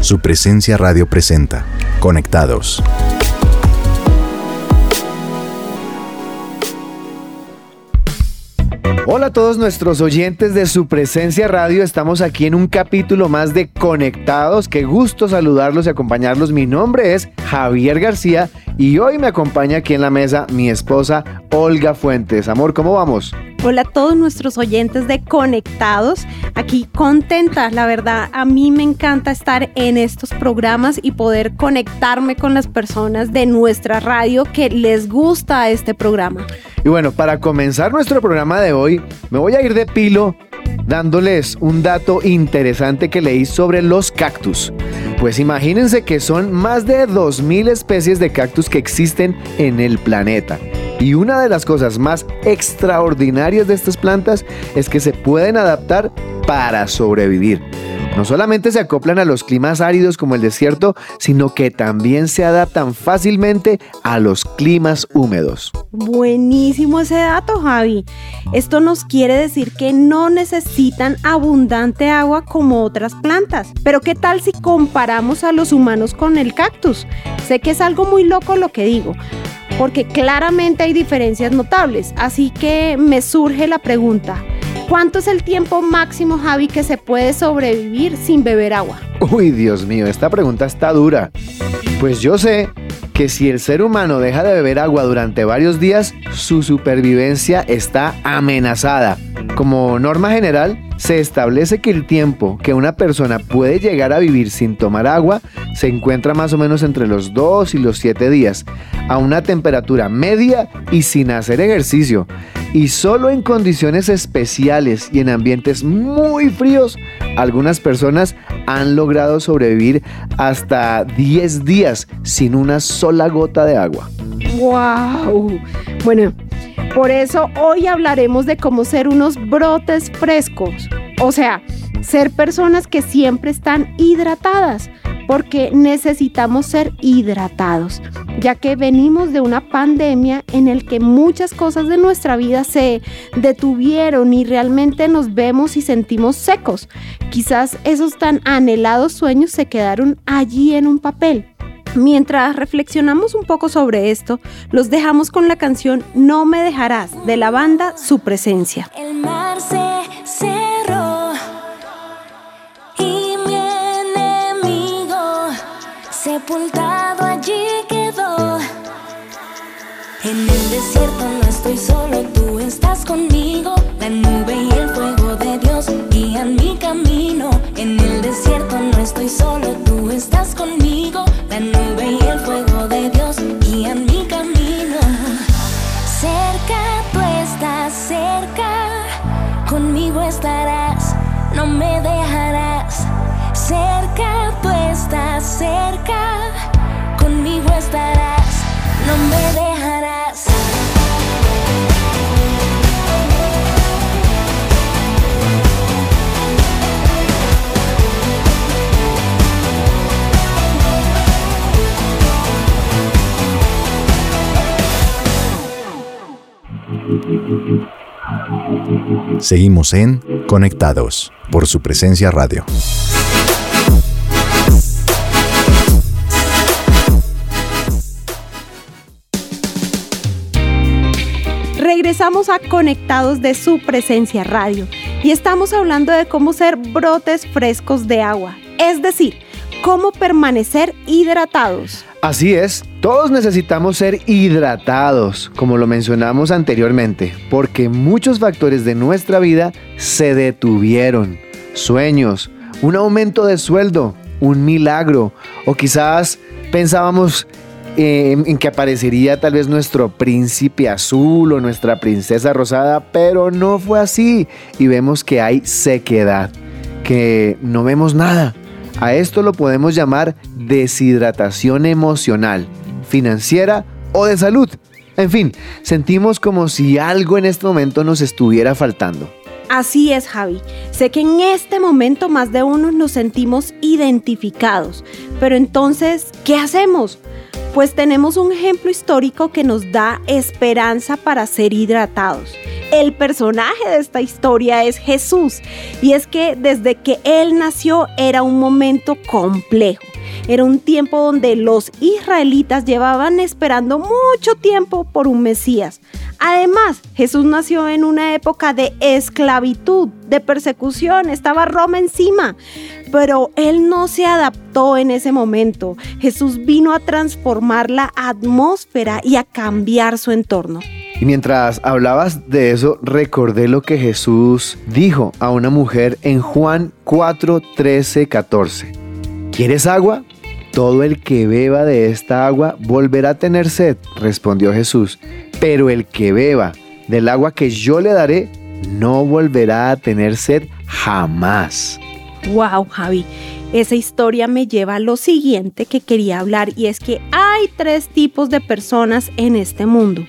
Su Presencia Radio presenta Conectados. Hola a todos nuestros oyentes de Su Presencia Radio, estamos aquí en un capítulo más de Conectados. Qué gusto saludarlos y acompañarlos. Mi nombre es Javier García y hoy me acompaña aquí en la mesa mi esposa Olga Fuentes. Amor, ¿cómo vamos? Hola a todos nuestros oyentes de Conectados, aquí contenta, la verdad a mí me encanta estar en estos programas y poder conectarme con las personas de nuestra radio que les gusta este programa. Y bueno, para comenzar nuestro programa de hoy, me voy a ir de pilo dándoles un dato interesante que leí sobre los cactus. Pues imagínense que son más de 2.000 especies de cactus que existen en el planeta. Y una de las cosas más extraordinarias de estas plantas es que se pueden adaptar para sobrevivir. No solamente se acoplan a los climas áridos como el desierto, sino que también se adaptan fácilmente a los climas húmedos. Buenísimo ese dato, Javi. Esto nos quiere decir que no necesitan abundante agua como otras plantas. Pero ¿qué tal si comparamos a los humanos con el cactus? Sé que es algo muy loco lo que digo, porque claramente hay diferencias notables. Así que me surge la pregunta: ¿cuánto es el tiempo máximo, Javi, que se puede sobrevivir sin beber agua? Uy, Dios mío, esta pregunta está dura. Pues yo sé que si el ser humano deja de beber agua durante varios días, su supervivencia está amenazada. Como norma general, se establece que el tiempo que una persona puede llegar a vivir sin tomar agua se encuentra más o menos entre los 2 y los 7 días, a una temperatura media y sin hacer ejercicio. Y solo en condiciones especiales y en ambientes muy fríos, algunas personas han logrado sobrevivir hasta 10 días sin una sola gota de agua. ¡Wow! Bueno, por eso hoy hablaremos de cómo ser unos brotes frescos. O sea, ser personas que siempre están hidratadas, porque necesitamos ser hidratados, ya que venimos de una pandemia en el que muchas cosas de nuestra vida se detuvieron y realmente nos vemos y sentimos secos. Quizás esos tan anhelados sueños se quedaron allí en un papel. Mientras reflexionamos un poco sobre esto, los dejamos con la canción No me dejarás, de la banda Su Presencia. El mar se cerró y mi enemigo sepultado allí quedó. En el desierto no estoy solo, tú estás conmigo. La nube y el fuego de Dios guían mi camino. En el desierto no estoy solo, tú estás conmigo. La nube y el fuego de Dios guían mi camino. Cerca, tú estás cerca, conmigo estarás, no me dejarás. Cerca, tú estás cerca, conmigo estarás, no me dejarás. Seguimos en Conectados por Su Presencia Radio. Regresamos a Conectados de Su Presencia Radio y estamos hablando de cómo ser brotes frescos de agua, es decir, cómo permanecer hidratados. Así es, todos necesitamos ser hidratados, como lo mencionamos anteriormente, porque muchos factores de nuestra vida se detuvieron. Sueños, un aumento de sueldo, un milagro, o quizás pensábamos en que aparecería tal vez nuestro príncipe azul o nuestra princesa rosada, pero no fue así y vemos que hay sequedad, que no vemos nada. A esto lo podemos llamar deshidratación emocional, financiera o de salud. En fin, sentimos como si algo en este momento nos estuviera faltando. Así es, Javi. Sé que en este momento más de uno nos sentimos identificados. Pero entonces, ¿qué hacemos? Pues tenemos un ejemplo histórico que nos da esperanza para ser hidratados. El personaje de esta historia es Jesús, y es que desde que Él nació era un momento complejo. Era un tiempo donde los israelitas llevaban esperando mucho tiempo por un Mesías. Además, Jesús nació en una época de esclavitud, de persecución, estaba Roma encima. Pero Él no se adaptó en ese momento. Jesús vino a transformar la atmósfera y a cambiar su entorno. Y mientras hablabas de eso, recordé lo que Jesús dijo a una mujer en Juan 4, 13, 14. ¿Quieres agua? Todo el que beba de esta agua volverá a tener sed, respondió Jesús. Pero el que beba del agua que yo le daré, no volverá a tener sed jamás. Wow, Javi, esa historia me lleva a lo siguiente que quería hablar, y es que hay 3 tipos de personas en este mundo: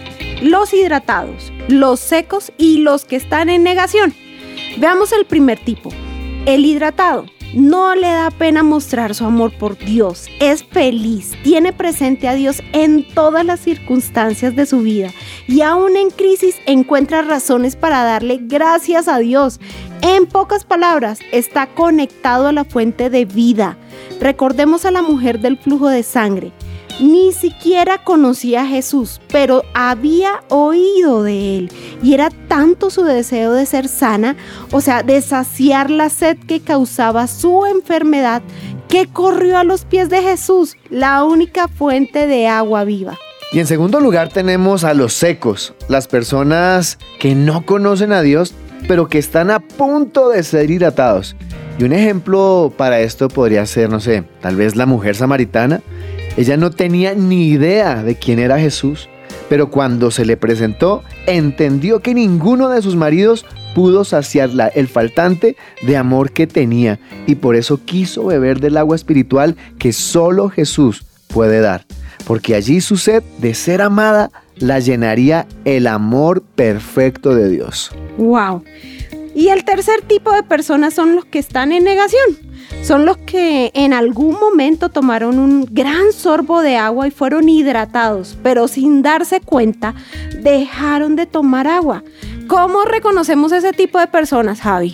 los hidratados, los secos y los que están en negación. Veamos el primer tipo, el hidratado. No le da pena mostrar su amor por Dios, es feliz, tiene presente a Dios en todas las circunstancias de su vida y aún en crisis encuentra razones para darle gracias a Dios. En pocas palabras, está conectado a la fuente de vida. Recordemos a la mujer del flujo de sangre. Ni siquiera conocía a Jesús, pero había oído de Él, y era tanto su deseo de ser sana, o sea, de saciar la sed que causaba su enfermedad, que corrió a los pies de Jesús, la única fuente de agua viva. Y en segundo lugar tenemos a los secos, las personas que no conocen a Dios, pero que están a punto de ser hidratados. Y un ejemplo para esto podría ser, no sé, tal vez la mujer samaritana. Ella no tenía ni idea de quién era Jesús, pero cuando se le presentó, entendió que ninguno de sus maridos pudo saciarla el faltante de amor que tenía, y por eso quiso beber del agua espiritual que solo Jesús puede dar, porque allí su sed de ser amada la llenaría el amor perfecto de Dios. ¡Wow! Y el tercer tipo de personas son los que están en negación. Son los que en algún momento tomaron un gran sorbo de agua y fueron hidratados, pero sin darse cuenta dejaron de tomar agua. ¿Cómo reconocemos ese tipo de personas, Javi?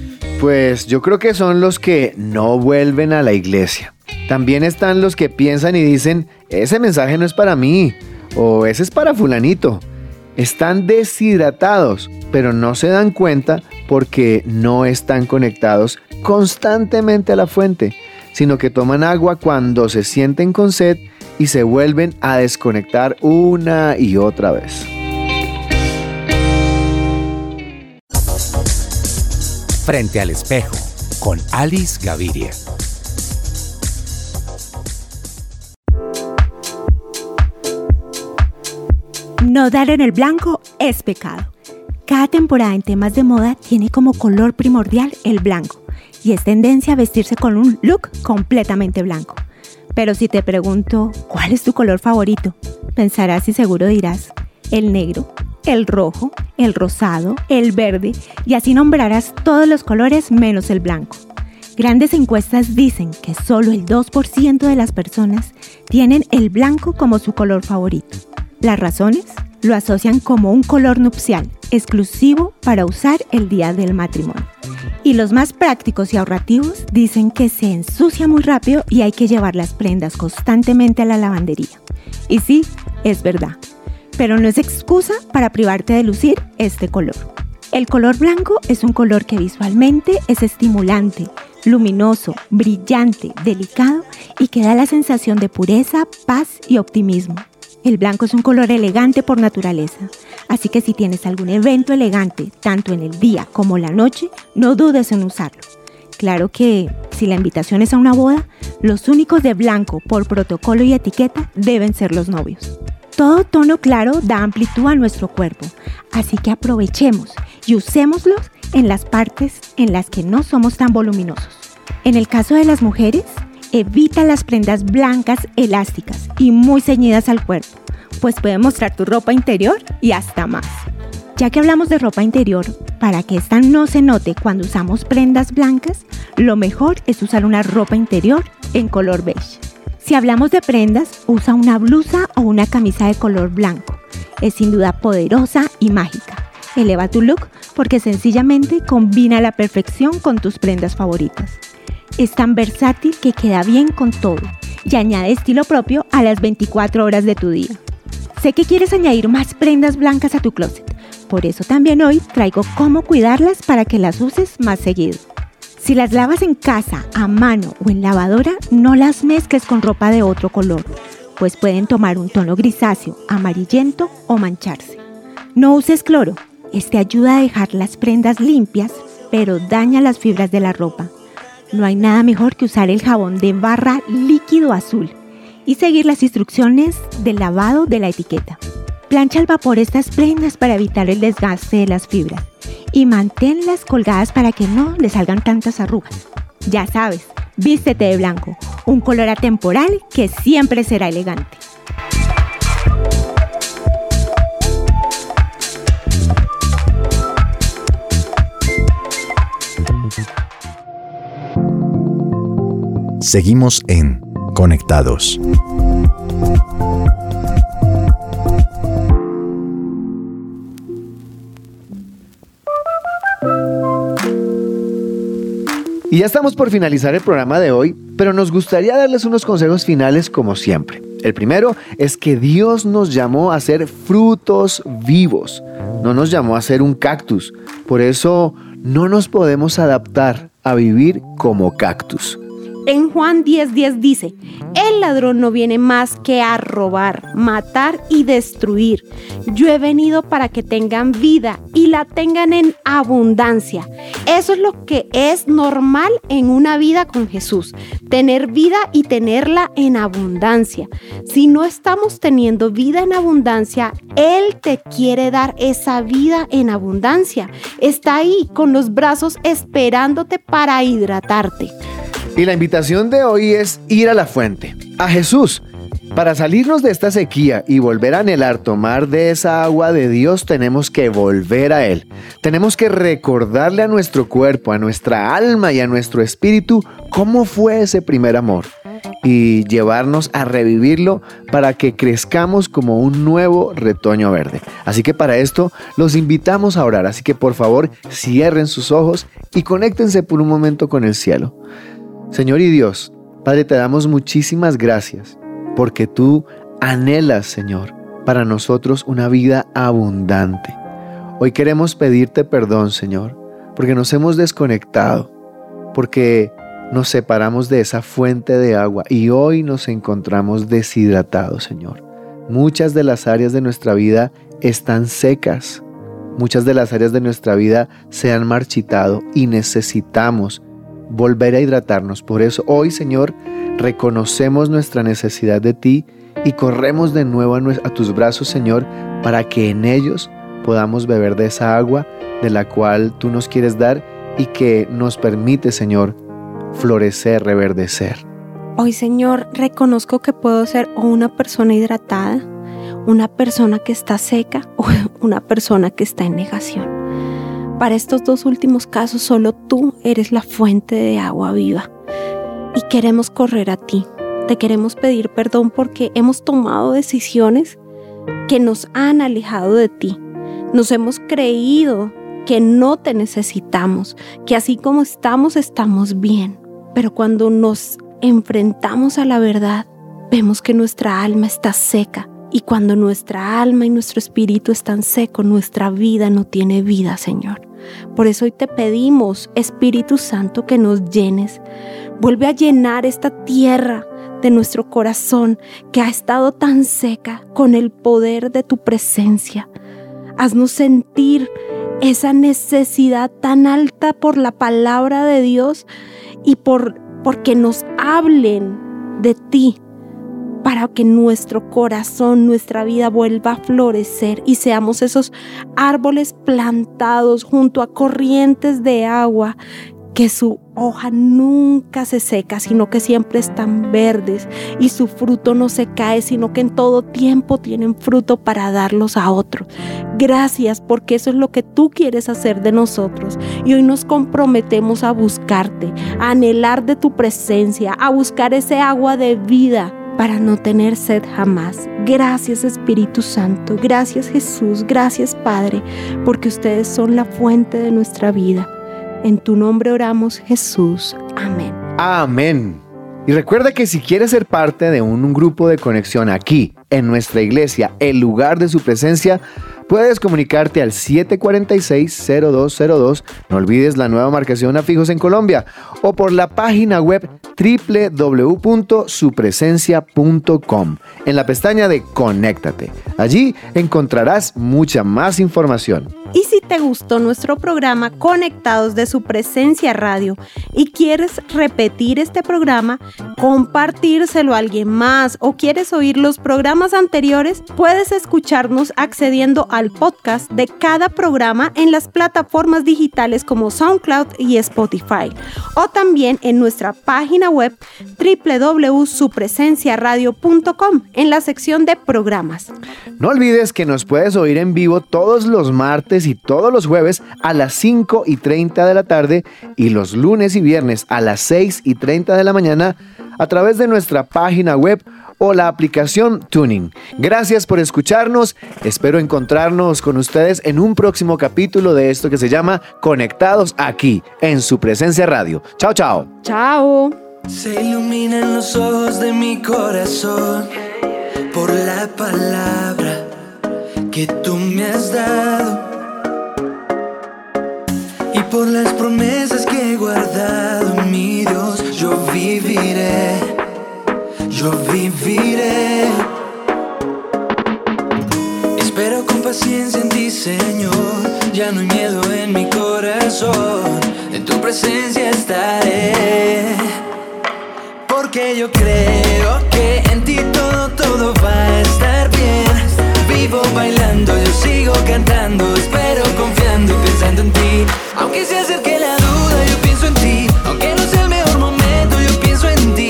Pues yo creo que son los que no vuelven a la iglesia. También están los que piensan y dicen, ese mensaje no es para mí, o ese es para fulanito. Están deshidratados, pero no se dan cuenta porque no están conectados constantemente a la fuente, sino que toman agua cuando se sienten con sed y se vuelven a desconectar una y otra vez. Frente al espejo, con Alice Gaviria. No dar en el blanco es pecado. Cada temporada en temas de moda tiene como color primordial el blanco, y es tendencia a vestirse con un look completamente blanco. Pero si te pregunto, ¿cuál es tu color favorito? Pensarás y seguro dirás, el negro, el rojo, el rosado, el verde, y así nombrarás todos los colores menos el blanco. Grandes encuestas dicen que solo el 2% de las personas tienen el blanco como su color favorito. Las razones lo asocian como un color nupcial, exclusivo para usar el día del matrimonio. Y los más prácticos y ahorrativos dicen que se ensucia muy rápido y hay que llevar las prendas constantemente a la lavandería. Y sí, es verdad, pero no es excusa para privarte de lucir este color. El color blanco es un color que visualmente es estimulante, luminoso, brillante, delicado y que da la sensación de pureza, paz y optimismo. El blanco es un color elegante por naturaleza, así que si tienes algún evento elegante, tanto en el día como la noche, no dudes en usarlo. Claro que, si la invitación es a una boda, los únicos de blanco por protocolo y etiqueta deben ser los novios. Todo tono claro da amplitud a nuestro cuerpo, así que aprovechemos y usémoslos en las partes en las que no somos tan voluminosos. En el caso de las mujeres, evita las prendas blancas elásticas y muy ceñidas al cuerpo, pues puede mostrar tu ropa interior y hasta más. Ya que hablamos de ropa interior, para que esta no se note cuando usamos prendas blancas, lo mejor es usar una ropa interior en color beige. Si hablamos de prendas, usa una blusa o una camisa de color blanco. Es sin duda poderosa y mágica. eleva tu look porque sencillamente combina a la perfección con tus prendas favoritas. Es tan versátil que queda bien con todo y añade estilo propio a las 24 horas de tu día. Sé que quieres añadir más prendas blancas a tu closet, por eso también hoy traigo cómo cuidarlas para que las uses más seguido. Si las lavas en casa, a mano o en lavadora, no las mezcles con ropa de otro color, pues pueden tomar un tono grisáceo, amarillento o mancharse. No uses cloro, este ayuda a dejar las prendas limpias, pero daña las fibras de la ropa. No hay nada mejor que usar el jabón de barra líquido azul y seguir las instrucciones del lavado de la etiqueta. Plancha al vapor estas prendas para evitar el desgaste de las fibras y manténlas colgadas para que no le salgan tantas arrugas. Ya sabes, vístete de blanco, un color atemporal que siempre será elegante. Seguimos en Conectados. Y ya estamos por finalizar el programa de hoy, pero nos gustaría darles unos consejos finales como siempre. El primero es que Dios nos llamó a ser frutos vivos, no nos llamó a ser un cactus. Por eso no nos podemos adaptar a vivir como cactus. En Juan 10:10 dice, el ladrón no viene más que a robar, matar y destruir. Yo he venido para que tengan vida y la tengan en abundancia. Eso es lo que es normal en una vida con Jesús, tener vida y tenerla en abundancia. Si no estamos teniendo vida en abundancia, Él te quiere dar esa vida en abundancia. Está ahí con los brazos esperándote para hidratarte. Y la invitación de hoy es ir a la fuente, a Jesús. Para salirnos de esta sequía y volver a anhelar tomar de esa agua de Dios, tenemos que volver a Él. Tenemos que recordarle a nuestro cuerpo, a nuestra alma y a nuestro espíritu cómo fue ese primer amor y llevarnos a revivirlo para que crezcamos como un nuevo retoño verde. Así que para esto los invitamos a orar. Así que por favor cierren sus ojos y conéctense por un momento con el cielo. Señor y Dios, Padre, te damos muchísimas gracias porque tú anhelas, Señor, para nosotros una vida abundante. Hoy queremos pedirte perdón, Señor, porque nos hemos desconectado, porque nos separamos de esa fuente de agua y hoy nos encontramos deshidratados, Señor. Muchas de las áreas de nuestra vida están secas, muchas de las áreas de nuestra vida se han marchitado y necesitamos volver a hidratarnos. Por eso hoy, Señor, reconocemos nuestra necesidad de ti y corremos de nuevo a tus brazos, Señor, para que en ellos podamos beber de esa agua de la cual tú nos quieres dar y que nos permite, Señor, florecer, reverdecer. Hoy, Señor, reconozco que puedo ser o una persona hidratada, una persona que está seca o una persona que está en negación. Para estos dos últimos casos, solo tú eres la fuente de agua viva y queremos correr a ti. Te queremos pedir perdón porque hemos tomado decisiones que nos han alejado de ti. Nos hemos creído que no te necesitamos, que así como estamos bien. Pero cuando nos enfrentamos a la verdad, vemos que nuestra alma está seca. Y cuando nuestra alma y nuestro espíritu están secos, nuestra vida no tiene vida, Señor. Por eso hoy te pedimos, Espíritu Santo, que nos llenes. Vuelve a llenar esta tierra de nuestro corazón que ha estado tan seca con el poder de tu presencia. Haznos sentir esa necesidad tan alta por la palabra de Dios y porque nos hablen de ti, para que nuestro corazón, nuestra vida vuelva a florecer y seamos esos árboles plantados junto a corrientes de agua, que su hoja nunca se seca, sino que siempre están verdes y su fruto no se cae, sino que en todo tiempo tienen fruto para darlos a otros. Gracias, porque eso es lo que tú quieres hacer de nosotros. Y hoy nos comprometemos a buscarte, a anhelar de tu presencia, a buscar ese agua de vida para no tener sed jamás. Gracias Espíritu Santo, gracias Jesús, gracias Padre, porque ustedes son la fuente de nuestra vida. En tu nombre oramos, Jesús. Amén. Amén. Y recuerda que si quieres ser parte de un grupo de conexión aquí, en nuestra iglesia, el lugar de su presencia, puedes comunicarte al 746-0202, no olvides la nueva marcación a fijos en Colombia, o por la página web www.supresencia.com, en la pestaña de Conéctate. Allí encontrarás mucha más información. Y si te gustó nuestro programa Conectados de Su Presencia Radio y quieres repetir este programa, compartírselo a alguien más o quieres oír los programas anteriores, puedes escucharnos accediendo al podcast de cada programa en las plataformas digitales como SoundCloud y Spotify, o también en nuestra página web www.supresenciaradio.com en la sección de programas. No olvides que nos puedes oír en vivo todos los martes y todos los jueves a las 5:30 de la tarde y los lunes y viernes a las 6:30 de la mañana a través de nuestra página web o la aplicación Tuning. Gracias por escucharnos. Espero encontrarnos con ustedes en un próximo capítulo de esto que se llama Conectados aquí en Su Presencia Radio. Chao, chao. Chao. Se iluminan los ojos de mi corazón por la palabra que tú me has dado y por las promesas que he guardado, mi Dios. Yo viviré. Espero con paciencia en ti, Señor. Ya no hay miedo en mi corazón. En tu presencia estaré. Porque yo creo que en ti todo va a estar bien. Vivo bailando, yo sigo cantando. Espero confiando y pensando en ti. Aunque se acerque la duda, yo pienso en ti. Aunque no sea el mejor momento, yo pienso en ti.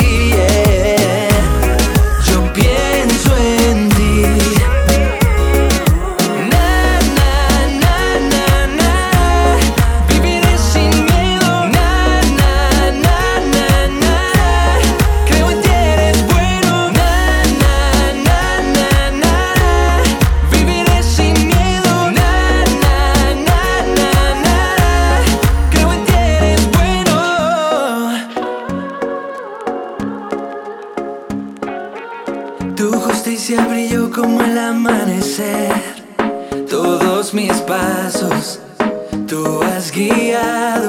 Brilló como el amanecer. Todos mis pasos tú has guiado.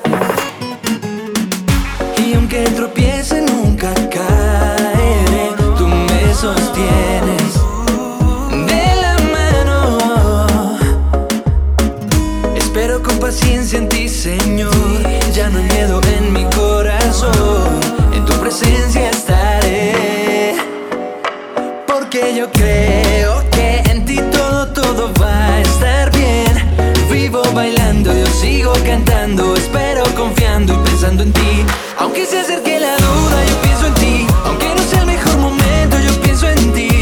Y aunque tropiece nunca caeré. Tú me sostienes de la mano. Espero con paciencia en ti, Señor. Ya no hay miedo en mi corazón. En tu presencia estaré. Porque yo creo que en ti todo va a estar bien. Vivo bailando, yo sigo cantando. Espero confiando y pensando en ti. Aunque se acerque la duda, yo pienso en ti. Aunque no sea el mejor momento, yo pienso en ti.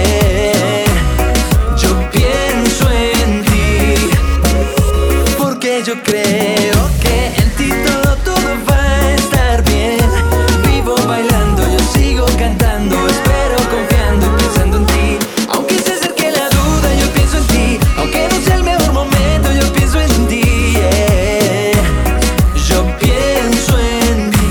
Yo pienso en ti. Porque yo creo que en ti todo va a estar bien. Vivo bailando, yo sigo cantando. Espero confiando y pensando en ti. Aunque se acerque la duda, yo pienso en ti. Aunque no sea el mejor momento, yo pienso en ti. Yo pienso en ti.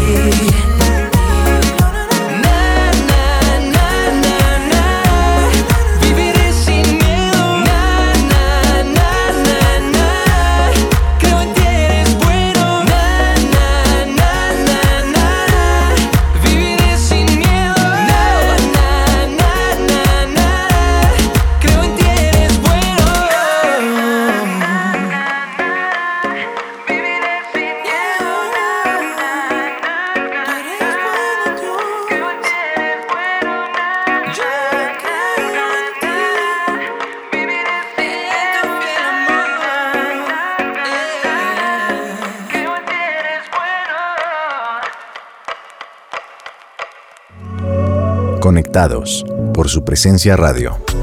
Na, na, na, na, na. Viviré sin miedo. Na, na, na, na, na. Creo en ti, eres bueno. Na, na, na, na, na. Viviré sin miedo. Na, na, na, na, na. Creo en ti, eres bueno. Viviré sin miedo. Tú eres bueno, Dios. Creo en ti, eres bueno. Yo creo en ti. Viviré en tu fiel amor. Creo en ti, eres bueno. Conectados por Su Presencia Radio.